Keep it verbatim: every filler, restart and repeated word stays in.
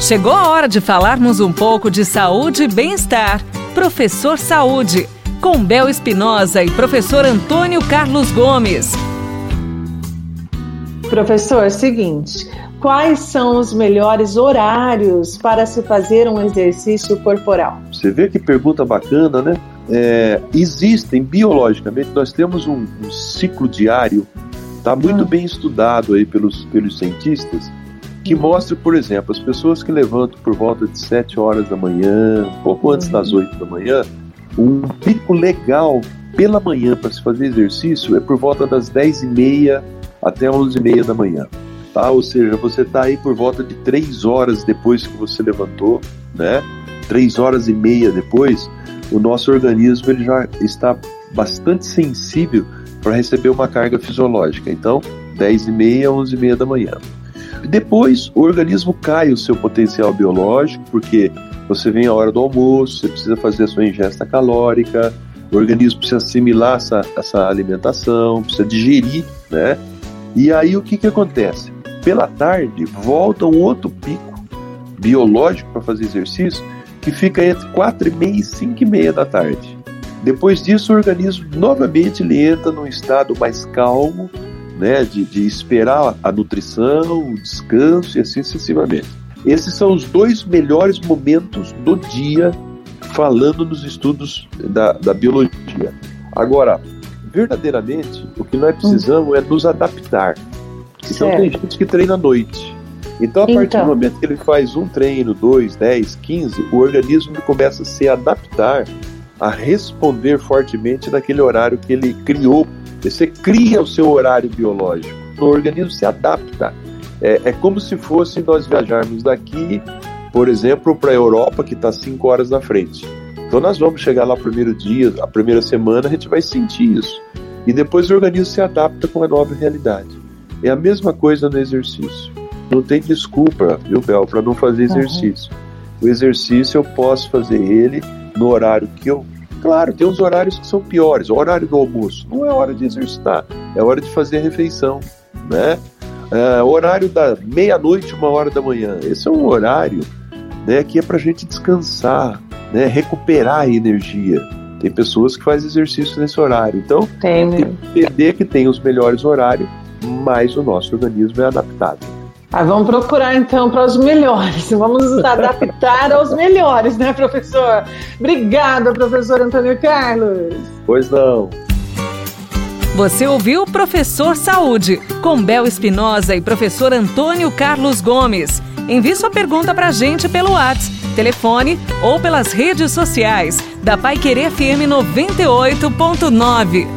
Chegou a hora de falarmos um pouco de saúde e bem-estar. Professor Saúde, com Bel Espinosa e professor Antônio Carlos Gomes. Professor, seguinte, quais são os melhores horários para se fazer um exercício corporal? Você vê que pergunta bacana, né? É, existem, biologicamente, nós temos um, um ciclo diário, está muito hum. bem estudado aí pelos, pelos cientistas, que mostra, por exemplo, as pessoas que levantam por volta de sete horas da manhã, um pouco antes das oito da manhã, um pico legal pela manhã para se fazer exercício é por volta das dez e meia até onze e meia da manhã. Tá? Ou seja, você está aí por volta de três horas depois que você levantou, né? três horas e meia depois, o nosso organismo ele já está bastante sensível para receber uma carga fisiológica. Então, dez e meia, onze e meia da manhã. Depois, o organismo cai o seu potencial biológico, porque você vem a hora do almoço, você precisa fazer a sua ingesta calórica, o organismo precisa assimilar essa, essa alimentação, precisa digerir, né? E aí o que, que acontece? Pela tarde, volta um outro pico biológico para fazer exercício, que fica entre quatro e meia e cinco e meia da tarde. Depois disso, o organismo novamente ele entra num estado mais calmo, né, de, de esperar a nutrição, o descanso e assim sucessivamente. Esses são os dois melhores momentos do dia, falando nos estudos da, da biologia. Agora, verdadeiramente, o que nós precisamos hum. é nos adaptar. Então certo. Tem gente que treina à noite. Então, a partir então. do momento que ele faz um treino, dois, dez, quinze, o organismo começa a se adaptar a responder fortemente naquele horário que ele criou. Você cria o seu horário biológico, o organismo se adapta. É, é como se fosse nós viajarmos daqui, por exemplo, para a Europa, que está cinco horas na frente. Então nós vamos chegar lá no primeiro dia, a primeira semana, a gente vai sentir isso. E depois o organismo se adapta com a nova realidade. É a mesma coisa no exercício. Não tem desculpa, viu, Bel, para não fazer exercício. Uhum. O exercício eu posso fazer ele no horário que eu... Claro, tem uns horários que são piores. O horário do almoço não é hora de exercitar, é hora de fazer a refeição, né? É, o horário da meia-noite, uma hora da manhã. Esse é um horário, né, que é pra gente descansar, né, recuperar a energia. Tem pessoas que fazem exercício nesse horário. Então, tem, tem que entender que tem os melhores horários, mas o nosso organismo é adaptado. Ah, vamos procurar então para os melhores, vamos nos adaptar aos melhores, né, professor? Obrigada, professor Antônio Carlos. Pois não. Você ouviu Professor Saúde, com Bel Espinosa e professor Antônio Carlos Gomes. Envie sua pergunta para a gente pelo WhatsApp, telefone ou pelas redes sociais da Paiquerê F M noventa e oito ponto nove.